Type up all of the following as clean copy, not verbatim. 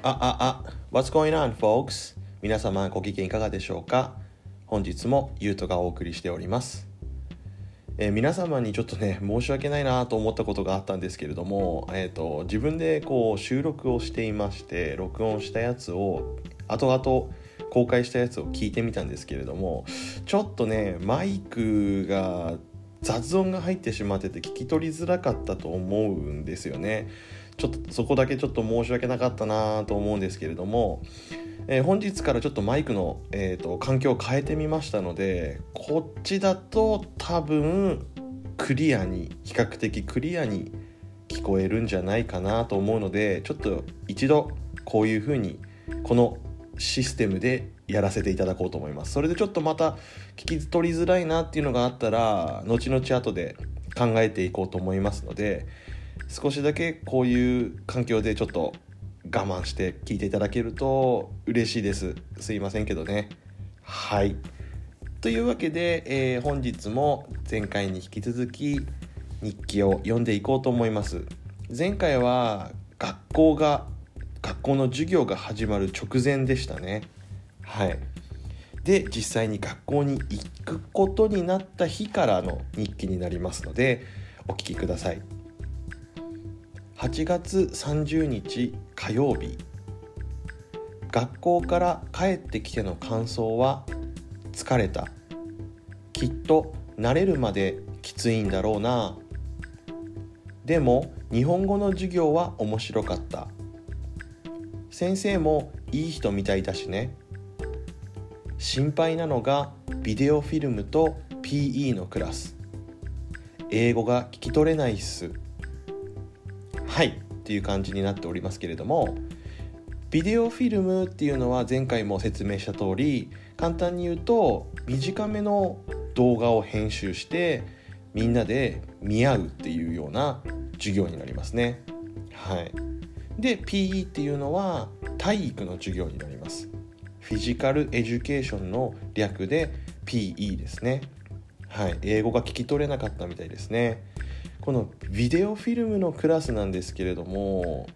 What's going on, folks? 皆様ご機嫌いかがでしょうか？本日もゆうとがお送りしております。皆様にちょっとね申し訳ないなと思ったことがあったんですけれども、自分で収録をしていまして録音したやつを後々公開したやつを聞いてみたんですけれども、ちょっとねマイクが雑音が入ってしまってて聞き取りづらかったと思うんですよね。ちょっとそこだけちょっと申し訳なかったなと思うんですけれども、本日からちょっとマイクの、環境を変えてみましたので、こっちだと多分比較的クリアに聞こえるんじゃないかなと思うので、ちょっと一度こういう風にこのシステムでやらせていただこうと思います。それでちょっとまた聞き取りづらいなっていうのがあったら後々後で考えていこうと思いますので、少しだけこういう環境でちょっと我慢して聞いていただけると嬉しいです。すいませんけどね。はい、というわけで、本日も前回に引き続き日記を読んでいこうと思います。前回は学校の授業が始まる直前でしたね。はい。で、実際に学校に行くことになった日からの日記になりますのでお聞きください。8月30日火曜日、学校から帰ってきての感想は疲れた。きっと慣れるまできついんだろうな。でも日本語の授業は面白かった。先生もいい人みたいだしね。心配なのがビデオフィルムと PE のクラス。英語が聞き取れないっす。はいっていう感じになっておりますけれども、ビデオフィルムっていうのは前回も説明した通り、簡単に言うと短めの動画を編集してみんなで見合うっていうような授業になりますね。はい。で PE っていうのは体育の授業になります。フィジカルエデュケーションの略で PE ですね。はい。英語が聞き取れなかったみたいですね。このビデオフィルムのクラスなんですけれども、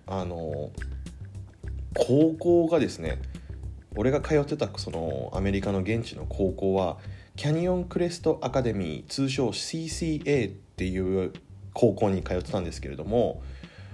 高校がですね、俺が通ってたそのアメリカの現地の高校はキャニオンクレストアカデミー、通称 CCA っていう高校に通ってたんですけれども、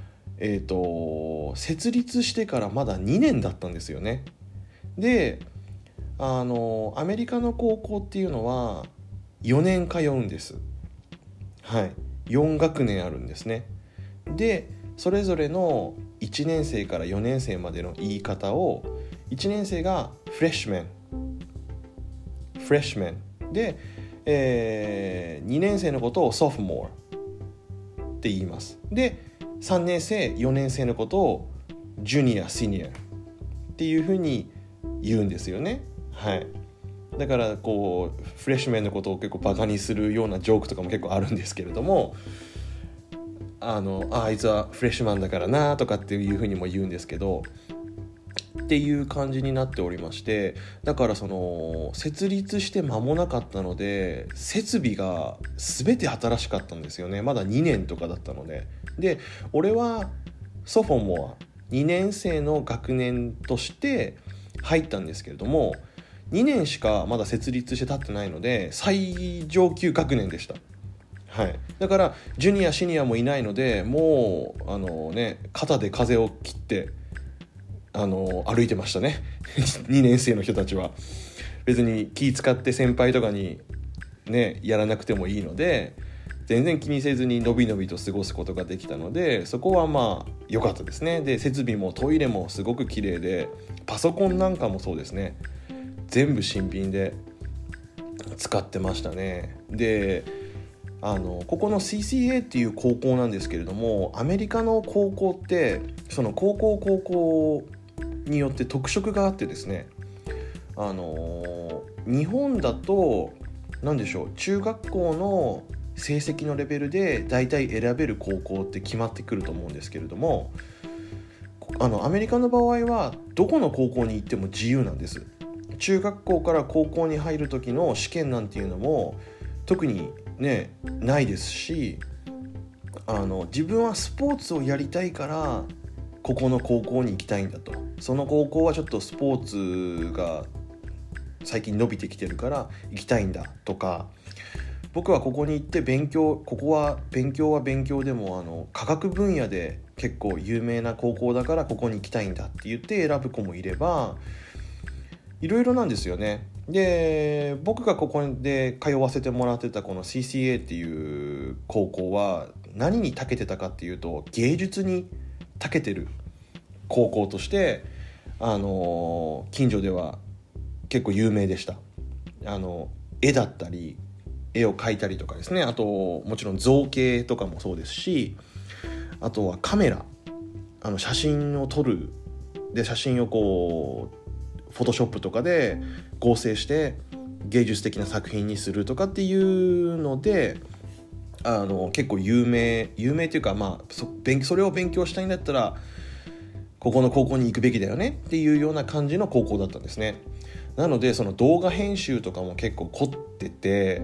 設立してからまだ2年だったんですよね。で、アメリカの高校っていうのは4年通うんです。はい。4学年あるんですね。で、それぞれの1年生から4年生までの言い方を、1年生がフレッシュメンで、2年生のことをソフモアって言います。で、3年生4年生のことをジュニアシニアっていうふうに言うんですよね。はい。だからフレッシュメンのことを結構バカにするようなジョークとかも結構あるんですけれども、あいつはフレッシュマンだからなとかっていうふうにも言うんですけど、っていう感じになっておりまして、だからその設立して間もなかったので設備が全て新しかったんですよね。まだ2年とかだったので。で、俺はソフォモア2年生の学年として入ったんですけれども、2年しかまだ設立して経ってないので最上級学年でした。はい。だからジュニアシニアもいないので、もう肩で風を切って歩いてましたね2年生の人たちは。別に気使って先輩とかにねやらなくてもいいので、全然気にせずにのびのびと過ごすことができたので、そこはまあ良かったですね。で、設備もトイレもすごく綺麗で、パソコンなんかもそうですね、全部新品で使ってましたね。で、ここの CCA っていう高校なんですけれども、アメリカの高校ってその高校によって特色があってですね、日本だと何でしょう、中学校の成績のレベルで大体選べる高校って決まってくると思うんですけれども、アメリカの場合はどこの高校に行っても自由なんです。中学校から高校に入る時の試験なんていうのも特にねないですし、自分はスポーツをやりたいからここの高校に行きたいんだと、その高校はちょっとスポーツが最近伸びてきてるから行きたいんだとか、僕はここに行ってここは勉強でも科学分野で結構有名な高校だからここに行きたいんだって言って選ぶ子もいれば、いろいろなんですよね。で、僕がここで通わせてもらってたこの CCA っていう高校は何に長けてたかっていうと、芸術に長けてる高校として近所では結構有名でした。絵だったり絵を描いたりとかですね、あともちろん造形とかもそうですし、あとはカメラ、写真を撮る、で写真をこうフォトショップとかで合成して芸術的な作品にするとかっていうので結構有名っていうか、それを勉強したいんだったらここの高校に行くべきだよねっていうような感じの高校だったんですね。なのでその動画編集とかも結構凝ってて、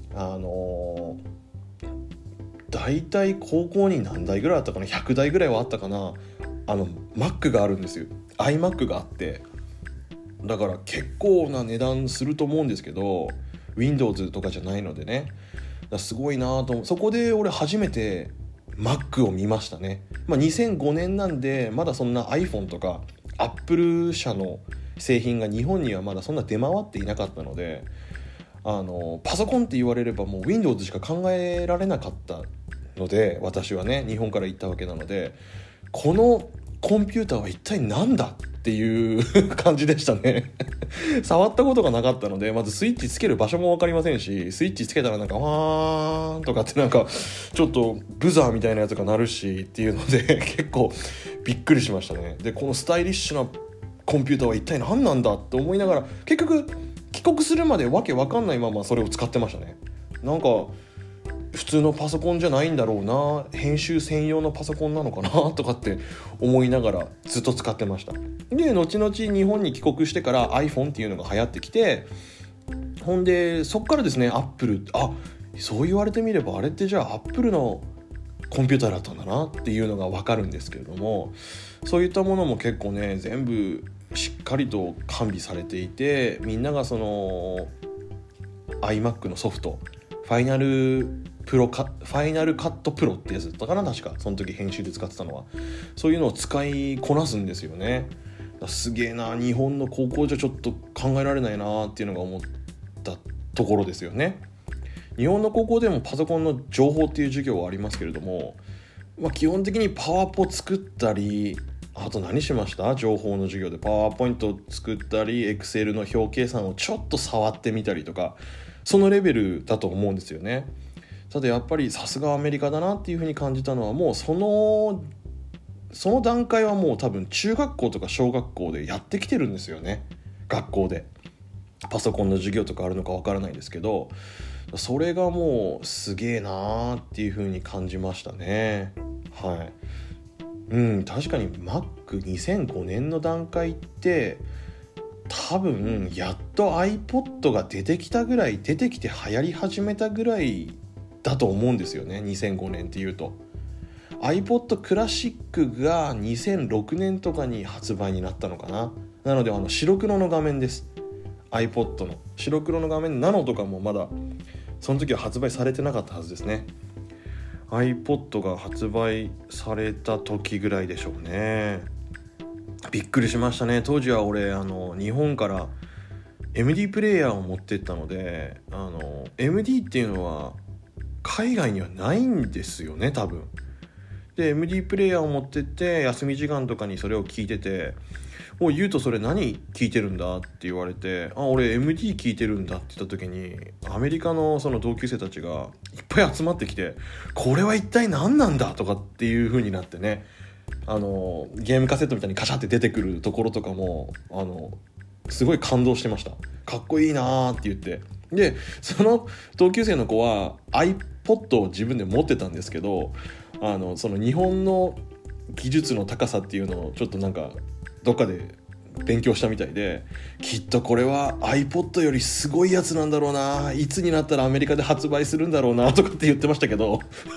だいたい高校に何台ぐらいあったかな、100台ぐらいはあったかな、Mac があるんですよ。 iMac があって、だから結構な値段すると思うんですけど Windows とかじゃないのでね、すごいなと思う。そこで俺初めて Mac を見ましたね。2005年なんでまだそんな iPhone とか Apple 社の製品が日本にはまだそんな出回っていなかったので、パソコンって言われればもう Windows しか考えられなかったので、私はね日本から行ったわけなので、このコンピューターは一体何だっていう感じでしたね触ったことがなかったので、まずスイッチつける場所も分かりませんし、スイッチつけたらなんかわーんとかってなんかちょっとブザーみたいなやつが鳴るしっていうので結構びっくりしましたね。でこのスタイリッシュなコンピューターは一体何なんだって思いながら、結局帰国するまでわけわかんないままそれを使ってましたね。なんか普通のパソコンじゃないんだろうな、編集専用のパソコンなのかなとかって思いながらずっと使ってました。で後々日本に帰国してから iPhone っていうのが流行ってきて、ほんでそっからですね Apple、 そう言われてみればあれってじゃあ Apple のコンピューターだったんだなっていうのが分かるんですけれども、そういったものも結構ね全部しっかりと完備されていて、みんながその iMac のソフトファイナルカットプロってやつだったかな、確かその時編集で使ってたのは。そういうのを使いこなすんですよね。すげえな、日本の高校じゃちょっと考えられないなっていうのが思ったところですよね。日本の高校でもパソコンの情報っていう授業はありますけれども、基本的にパワポ作ったり、あと何しました？情報の授業でパワーポイント作ったり、エクセルの表計算をちょっと触ってみたりとか、そのレベルだと思うんですよね。ただやっぱりさすがアメリカだなっていうふうに感じたのは、もうその段階はもう多分中学校とか小学校でやってきてるんですよね。学校でパソコンの授業とかあるのかわからないですけど、それがもうすげえなーっていう風に感じましたね。はい。確かに Mac2005 年の段階って多分やっと iPod が出てきて流行り始めたぐらいだと思うんですよね。2005年っていうと iPod クラシックが2006年とかに発売になったのかな。なので白黒の画面です。 iPod の白黒の画面、ナノとかもまだその時は発売されてなかったはずですね。 iPod が発売された時ぐらいでしょうね。びっくりしましたね。当時は俺日本から MD プレイヤーを持ってったので、MD っていうのは海外にはないんですよね多分。で MD プレイヤーを持ってって休み時間とかにそれを聞いてて、おい、ゆうとそれ何聞いてるんだって言われて、俺 MD 聞いてるんだって言った時に、アメリカのその同級生たちがいっぱい集まってきて、これは一体何なんだとかっていう風になってね、ゲームカセットみたいにカシャって出てくるところとかもすごい感動してました。かっこいいなーって言って。でその同級生の子は iPod を自分で持ってたんですけど、その日本の技術の高さっていうのをちょっとなんかどっかで勉強したみたいで、きっとこれは iPod よりすごいやつなんだろうな、いつになったらアメリカで発売するんだろうなとかって言ってましたけど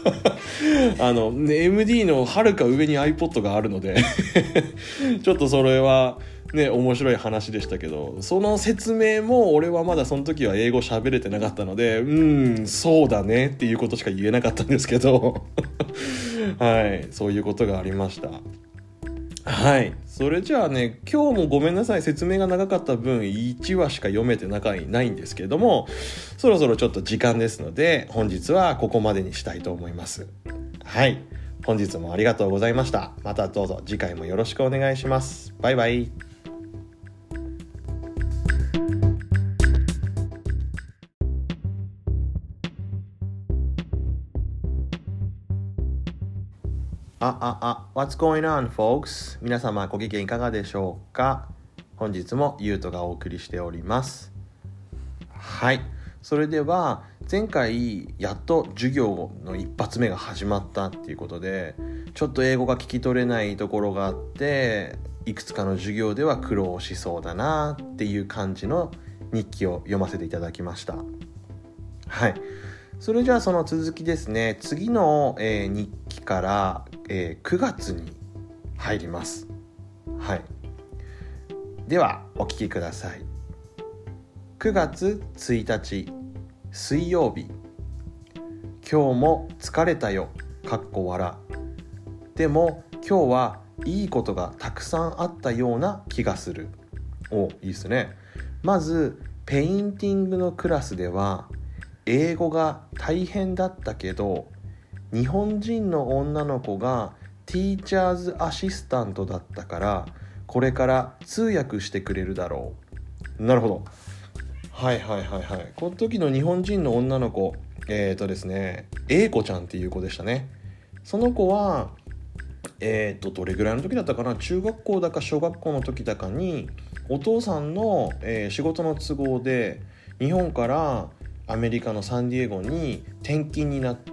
MD のはるか上に iPod があるのでちょっとそれはね面白い話でしたけど、その説明も俺はまだその時は英語喋れてなかったので、そうだねっていうことしか言えなかったんですけどはい、そういうことがありました。はい、それじゃあね、今日もごめんなさい、説明が長かった分1話しか読めてないんですけれども、そろそろちょっと時間ですので本日はここまでにしたいと思います。はい、本日もありがとうございました。またどうぞ次回もよろしくお願いします。バイバイ。What's going on, folks? 皆様ご機嫌いかがでしょうか。本日もゆうとがお送りしております。はい、それでは前回やっと授業の一発目が始まったっていうことで、ちょっと英語が聞き取れないところがあって、いくつかの授業では苦労しそうだなっていう感じの日記を読ませていただきました。はい、それじゃあその続きですね。次の、日記から、9月に入ります。はい、ではお聞きください。9月1日水曜日。今日も疲れたよ笑。でも今日はいいことがたくさんあったような気がする。いいですね。まずペインティングのクラスでは英語が大変だったけど、日本人の女の子がティーチャーズアシスタントだったからこれから通訳してくれるだろう。なるほど。はいはいはいはい。この時の日本人の女の子、ですね、英子ちゃんっていう子でしたね。その子はどれぐらいの時だったかな、中学校だか小学校の時だかにお父さんの、仕事の都合で日本からアメリカのサンディエゴに転勤になって、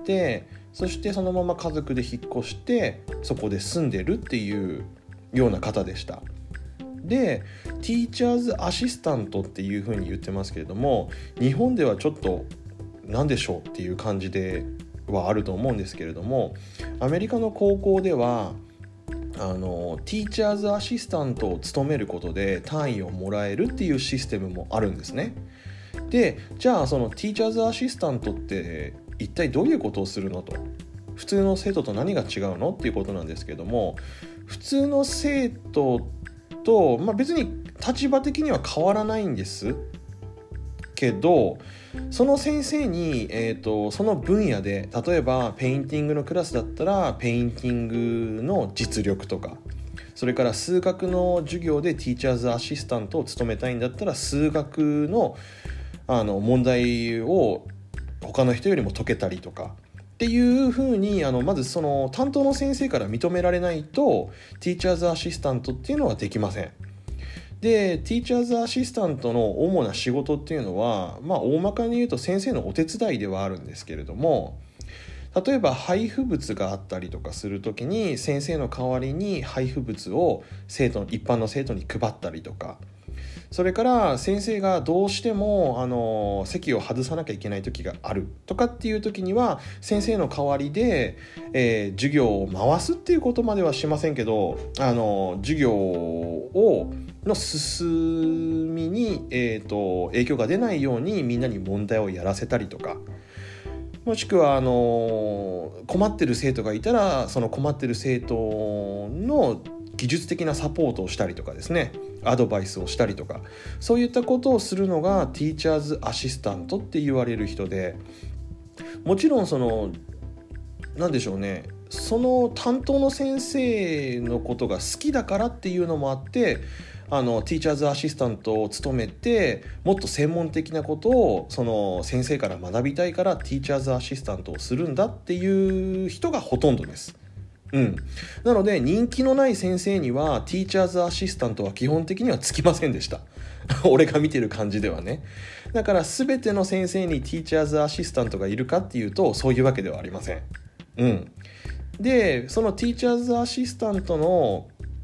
そしてそのまま家族で引っ越してそこで住んでるっていうような方でした。で、ティーチャーズアシスタントっていう風に言ってますけれども、日本ではちょっと何でしょうっていう感じではあると思うんですけれども、アメリカの高校ではティーチャーズアシスタントを務めることで単位をもらえるっていうシステムもあるんですね。で、じゃあそのティーチャーズアシスタントって一体どういうことをするのと、普通の生徒と何が違うのっていうことなんですけども、普通の生徒と、別に立場的には変わらないんですけど、その先生に、その分野で、例えばペインティングのクラスだったらペインティングの実力とか、それから数学の授業でティーチャーズアシスタントを務めたいんだったら数学の問題を他の人よりも解けたりとかっていう風にまずその担当の先生から認められないとティーチャーズアシスタントっていうのはできません。で、ティーチャーズアシスタントの主な仕事っていうのは、大まかに言うと先生のお手伝いではあるんですけれども、例えば配布物があったりとかするときに先生の代わりに配布物を一般の生徒に配ったりとか、それから先生がどうしても席を外さなきゃいけない時があるとかっていう時には先生の代わりで、授業を回すっていうことまではしませんけど、授業の進みに、影響が出ないようにみんなに問題をやらせたりとか、もしくは困ってる生徒がいたらその困ってる生徒の技術的なサポートをしたりとかですね、アドバイスをしたりとか、そういったことをするのがティーチャーズアシスタントって言われる人で、もちろんなんでしょうね、その担当の先生のことが好きだからっていうのもあって、ティーチャーズアシスタントを務めて、もっと専門的なことをその先生から学びたいからティーチャーズアシスタントをするんだっていう人がほとんどです。なので人気のない先生にはティーチャーズアシスタントは基本的にはつきませんでした俺が見てる感じではね。だから全ての先生にティーチャーズアシスタントがいるかっていうとそういうわけではありません。で、そのティーチャーズアシスタントの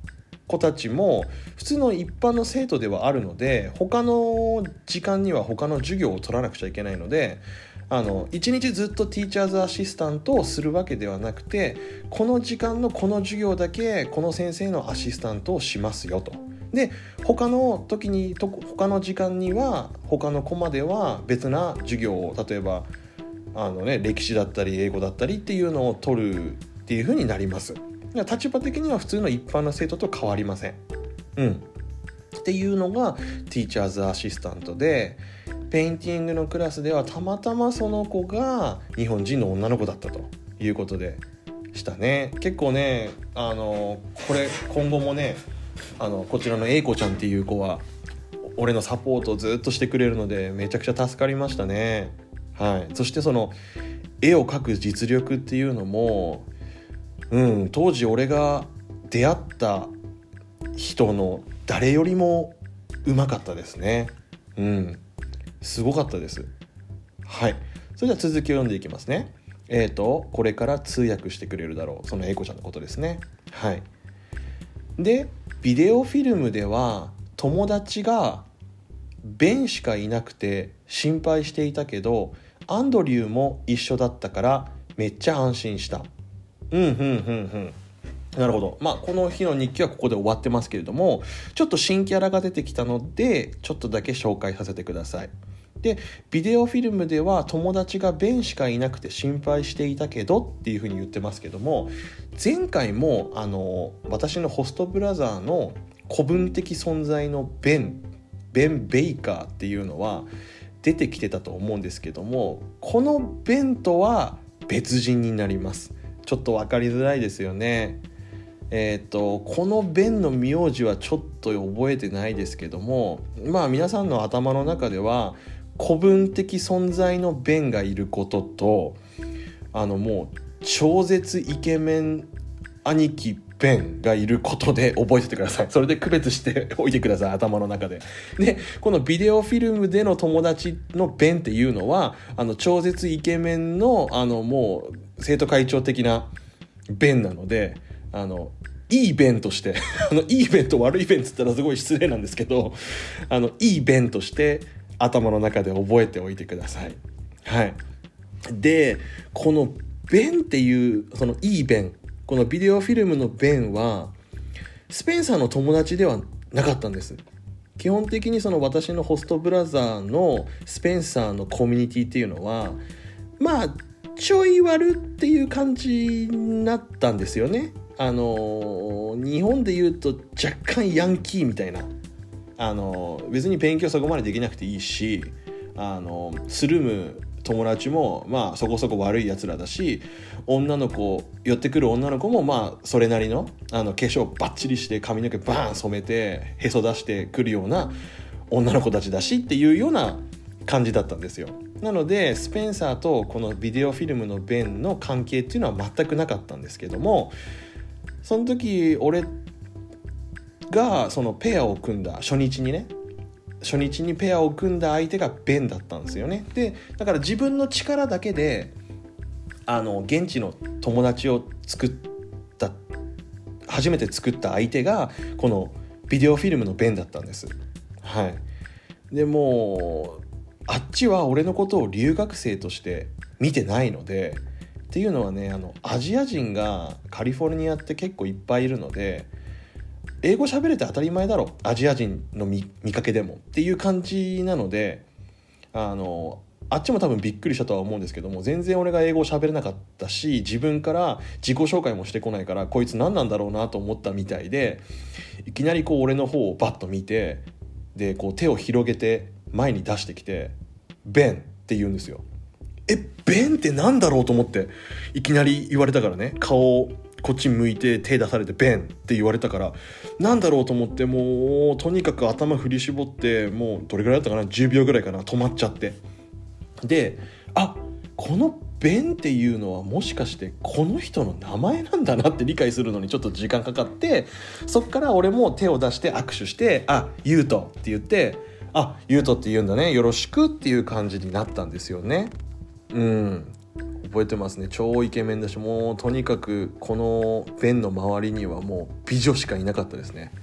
子たちも普通の一般の生徒ではあるので、他の時間には他の授業を取らなくちゃいけないので、一日ずっとティーチャーズアシスタントをするわけではなくて、この時間のこの授業だけこの先生のアシスタントをしますよと。で他の時間には他のコマでは別な授業を、例えば歴史だったり英語だったりっていうのを取るっていう風になります。立場的には普通の一般の生徒と変わりません。っていうのがティーチャーズアシスタントで、ペインティングのクラスではたまたまその子が日本人の女の子だったということでしたね。結構ねこれ今後もねこちらの英子ちゃんっていう子は俺のサポートをずっとしてくれるのでめちゃくちゃ助かりましたね。そしてその絵を描く実力っていうのも、当時俺が出会った人の誰よりもうまかったですね。すごかったです。それでは続きを読んでいきますね。これから通訳してくれるだろう、その英子ちゃんのことですね。でビデオフィルムでは友達がベンしかいなくて心配していたけど、アンドリューも一緒だったからめっちゃ安心した。なるほど。この日の日記はここで終わってますけれども、ちょっと新キャラが出てきたのでちょっとだけ紹介させてください。でビデオフィルムでは友達がベンしかいなくて心配していたけどっていうふうに言ってますけども、前回も私のホストブラザーの古文的存在のベン・ベイカーっていうのは出てきてたと思うんですけども、このベンとは別人になります。ちょっと分かりづらいですよね。このベンの名字はちょっと覚えてないですけども、皆さんの頭の中では古文的存在のベンがいることと、もう超絶イケメン兄貴ベンがいることで覚えててください。それで区別しておいてください、頭の中で。でこのビデオフィルムでの友達のベンっていうのは超絶イケメンのもう生徒会長的なベンなので、いいベンとしていいベンと悪いベンって言ったらすごい失礼なんですけど、いいベンとして頭の中で覚えておいてください。でこのベンっていうそのいいベン、このビデオフィルムのベンはスペンサーの友達ではなかったんです。基本的にその私のホストブラザーのスペンサーのコミュニティっていうのはちょい悪っていう感じになったんですよね。日本で言うと若干ヤンキーみたいな、別に勉強そこまでできなくていいし、つるむ友達もそこそこ悪いやつらだし、寄ってくる女の子もそれなりの化粧バッチリして髪の毛バーン染めてへそ出してくるような女の子たちだしっていうような感じだったんですよ。なのでスペンサーとこのビデオフィルムのベンの関係っていうのは全くなかったんですけども、その時俺がそのペアを組んだ初日にペアを組んだ相手がベンだったんですよね。でだから自分の力だけで現地の友達を初めて作った相手がこのビデオフィルムのベンだったんです。でもあっちは俺のことを留学生として見てないので、っていうのはねアジア人がカリフォルニアって結構いっぱいいるので、英語喋れて当たり前だろアジア人の 見かけでもっていう感じなので、あっちも多分びっくりしたとは思うんですけども、全然俺が英語を喋れなかったし、自分から自己紹介もしてこないからこいつ何なんだろうなと思ったみたいで、いきなり俺の方をバッと見て、で手を広げて前に出してきてベンって言うんですよ。ベンってなんだろうと思っていきなり言われたからね、顔をこっち向いて手出されてベンって言われたからなんだろうと思って、もうとにかく頭振り絞って、もうどれぐらいだったかな、10秒ぐらいかな、止まっちゃって、でこのベンっていうのはもしかしてこの人の名前なんだなって理解するのにちょっと時間かかって、そっから俺も手を出して握手して、ユートって言って、ユートって言うんだね、よろしくっていう感じになったんですよね。覚えてますね。超イケメンだし、もうとにかくこのベンの周りにはもう美女しかいなかったですね。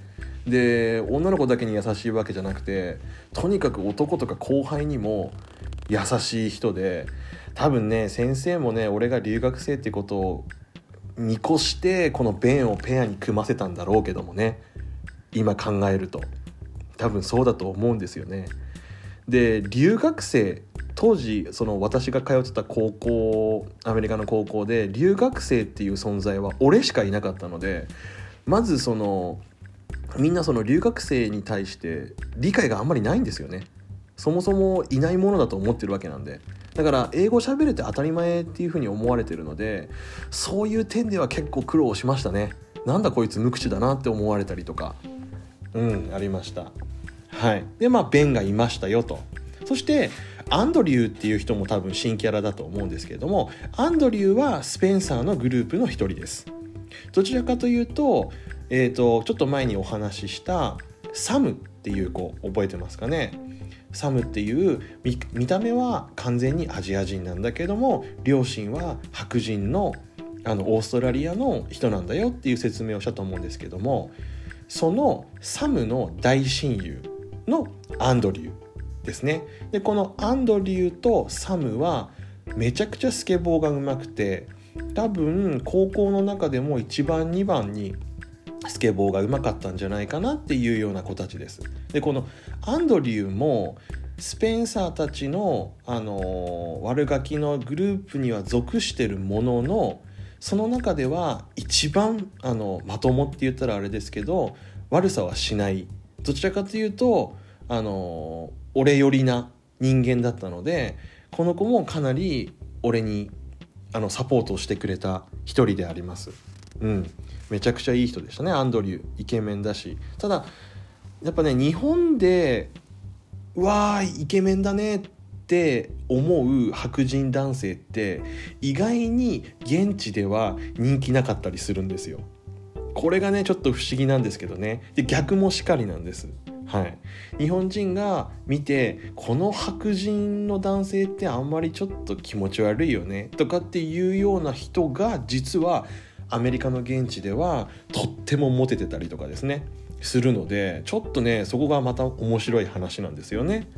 で女の子だけに優しいわけじゃなくて、とにかく男とか後輩にも優しい人で、多分ね先生もね俺が留学生ってことを見越してこのベンをペアに組ませたんだろうけどもね、今考えると多分そうだと思うんですよね。で留学生、当時その私が通ってた高校、アメリカの高校で留学生っていう存在は俺しかいなかったので、まずそのみんなその留学生に対して理解があんまりないんですよね。そもそもいないものだと思ってるわけなんで、だから英語喋れて当たり前っていう風に思われてるので、そういう点では結構苦労しましたね。なんだこいつ無口だなって思われたりとかありました。はい。でベンがいましたよと。そしてアンドリューっていう人も多分新キャラだと思うんですけれども、アンドリューはスペンサーのグループの一人です。どちらかというと、ちょっと前にお話ししたサムっていう子覚えてますかね。サムっていう見た目は完全にアジア人なんだけども、両親は白人のオーストラリアの人なんだよっていう説明をしたと思うんですけども、そのサムの大親友のアンドリューですね。でこのアンドリューとサムはめちゃくちゃスケボーが上手くて、多分高校の中でも1番2番にスケボーが上手かったんじゃないかなっていうような子たちです。でこのアンドリューもスペンサーたちの、悪ガキのグループには属してるものの、その中では一番まともって言ったらあれですけど悪さはしない、どちらかというと俺寄りな人間だったので、この子もかなり俺にサポートをしてくれた一人であります。めちゃくちゃいい人でしたね、アンドリュー。イケメンだし、ただやっぱね日本でうわーイケメンだねって思う白人男性って意外に現地では人気なかったりするんですよ。これがねちょっと不思議なんですけどね。で逆もしかりなんです。はい、日本人が見てこの白人の男性ってあんまりちょっと気持ち悪いよねとかっていうような人が実はアメリカの現地ではとってもモテてたりとかですねするので、ちょっとねそこがまた面白い話なんですよね。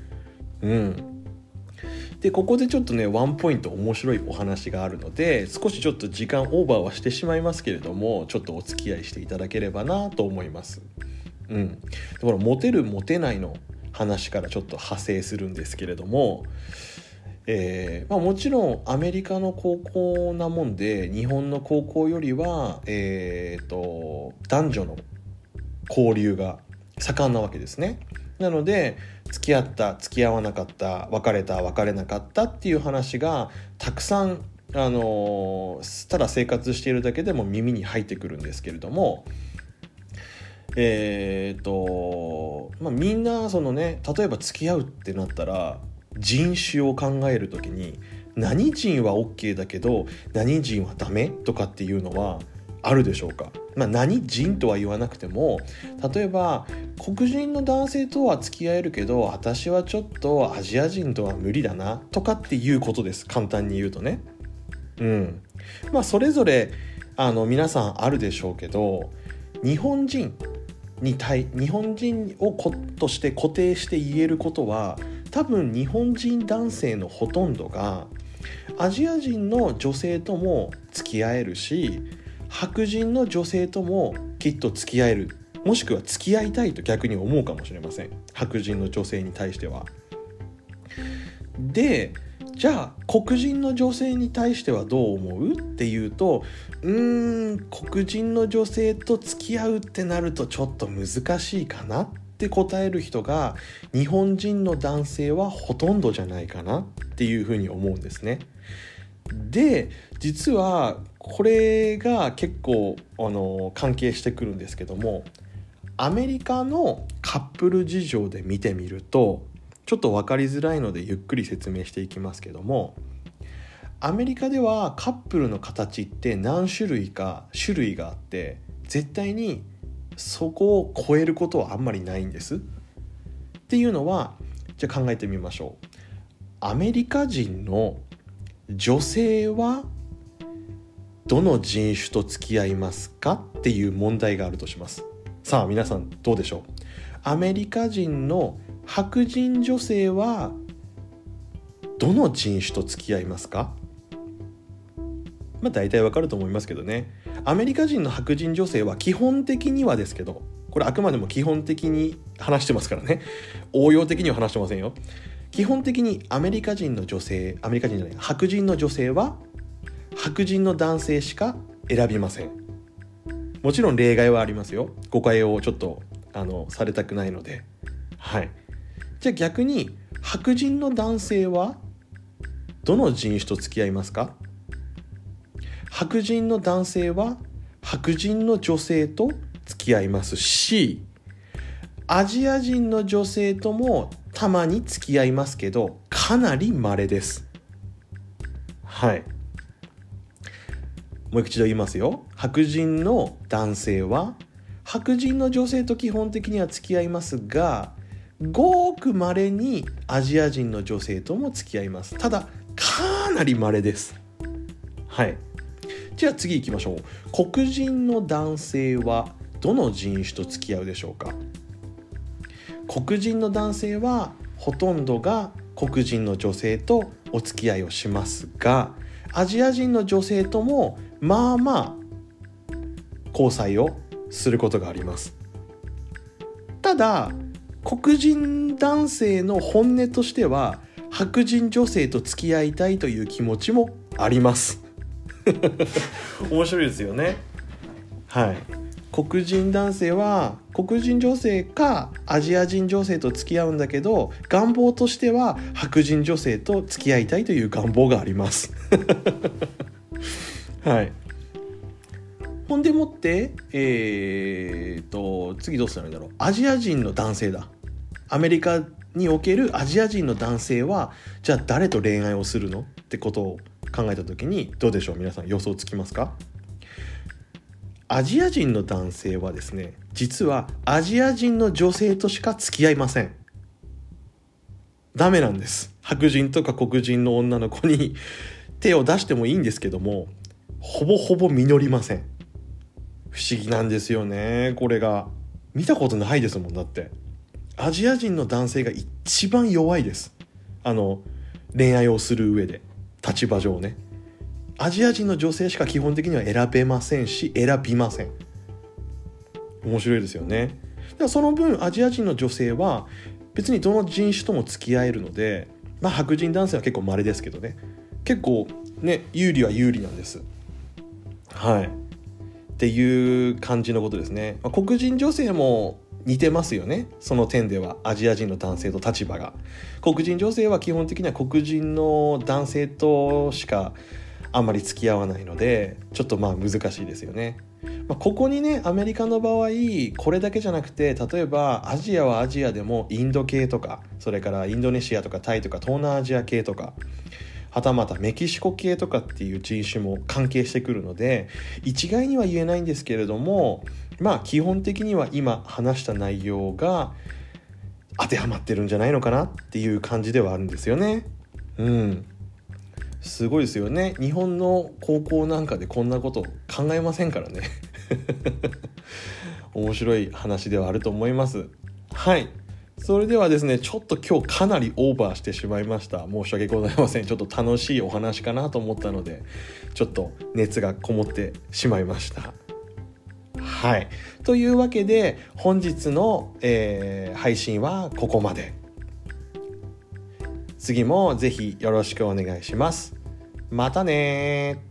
でここでちょっとねワンポイント面白いお話があるので、少しちょっと時間オーバーはしてしまいますけれども、ちょっとお付き合いしていただければなと思います。だからモテるモテないの話からちょっと派生するんですけれども、もちろんアメリカの高校なもんで日本の高校よりは、男女の交流が盛んなわけですね。なので付き合った付き合わなかった、別れた別れなかったっていう話がたくさん、ただ生活しているだけでも耳に入ってくるんですけれども、みんなそのね、例えば付き合うってなったら人種を考えるときに何人は OK だけど何人はダメとかっていうのはあるでしょうか。何人とは言わなくても、例えば黒人の男性とは付き合えるけど私はちょっとアジア人とは無理だなとかっていうことです。簡単に言うとね。それぞれ皆さんあるでしょうけど、日本人をとして固定して言えることは、多分日本人男性のほとんどがアジア人の女性とも付き合えるし、白人の女性ともきっと付き合える、もしくは付き合いたいと逆に思うかもしれません、白人の女性に対しては。でじゃあ黒人の女性に対してはどう思うっていうと、黒人の女性と付き合うってなるとちょっと難しいかなって答える人が日本人の男性はほとんどじゃないかなっていうふうに思うんですね。で実はこれが結構関係してくるんですけども、アメリカのカップル事情で見てみるとちょっと分かりづらいのでゆっくり説明していきますけども、アメリカではカップルの形って何種類か種類があって、絶対にそこを超えることはあんまりないんです。っていうのは、じゃあ考えてみましょう。アメリカ人の女性はどの人種と付き合いますかっていう問題があるとします。 さあ皆さんどうでしょう。アメリカ人の白人女性はどの人種と付き合いますか？大体わかると思いますけどね。アメリカ人の白人女性は基本的にはですけど、これあくまでも基本的に話してますからね。応用的には話してませんよ。基本的に白人の女性は白人の男性しか選びません。もちろん例外はありますよ。誤解をちょっとされたくないので。はい。じゃあ逆に白人の男性はどの人種と付き合いますか？白人の男性は白人の女性と付き合いますし、アジア人の女性ともたまに付き合いますけど、かなり稀です。はい。もう一度言いますよ。白人の男性は白人の女性と基本的には付き合いますが、ごく稀にアジア人の女性とも付き合います。ただかなり稀です。はい。じゃあ次行きましょう。黒人の男性はどの人種と付き合うでしょうか？黒人の男性はほとんどが黒人の女性とお付き合いをしますが、アジア人の女性とも交際をすることがあります。ただ黒人男性の本音としては白人女性と付き合いたいという気持ちもあります面白いですよね。はい。黒人男性は黒人女性かアジア人女性と付き合うんだけど、願望としては白人女性と付き合いたいという願望がありますはい。ほんでもって次どうしたらいいんだろう。アジア人の男性だ。アメリカにおけるアジア人の男性はじゃあ誰と恋愛をするのってことを考えた時にどうでしょう。皆さん予想つきますか？アジア人の男性はですね、実はアジア人の女性としか付き合いません。ダメなんです。白人とか黒人の女の子に手を出してもいいんですけども、ほぼほぼ実りません。不思議なんですよね。これが見たことないですもん。だってアジア人の男性が一番弱いです。恋愛をする上で立場上ね。アジア人の女性しか基本的には選べませんし選びません。面白いですよね。だからその分アジア人の女性は別にどの人種とも付き合えるので、白人男性は結構稀ですけどね、結構ね有利は有利なんです。はい。っていう感じのことですね。黒人女性も似てますよね。その点ではアジア人の男性と立場が、黒人女性は基本的には黒人の男性としかあんまり付き合わないので、ちょっと難しいですよね。ここにね、アメリカの場合これだけじゃなくて、例えばアジアはアジアでもインド系とか、それからインドネシアとかタイとか東南アジア系とか、はたまたメキシコ系とかっていう人種も関係してくるので、一概には言えないんですけれども、基本的には今話した内容が当てはまってるんじゃないのかなっていう感じではあるんですよね。すごいですよね。日本の高校なんかでこんなこと考えませんからね面白い話ではあると思います。はい。それではですね、ちょっと今日かなりオーバーしてしまいました。申し訳ございません。ちょっと楽しいお話かなと思ったので、ちょっと熱がこもってしまいました。はい。というわけで本日の、配信はここまで。次もぜひよろしくお願いします。またね。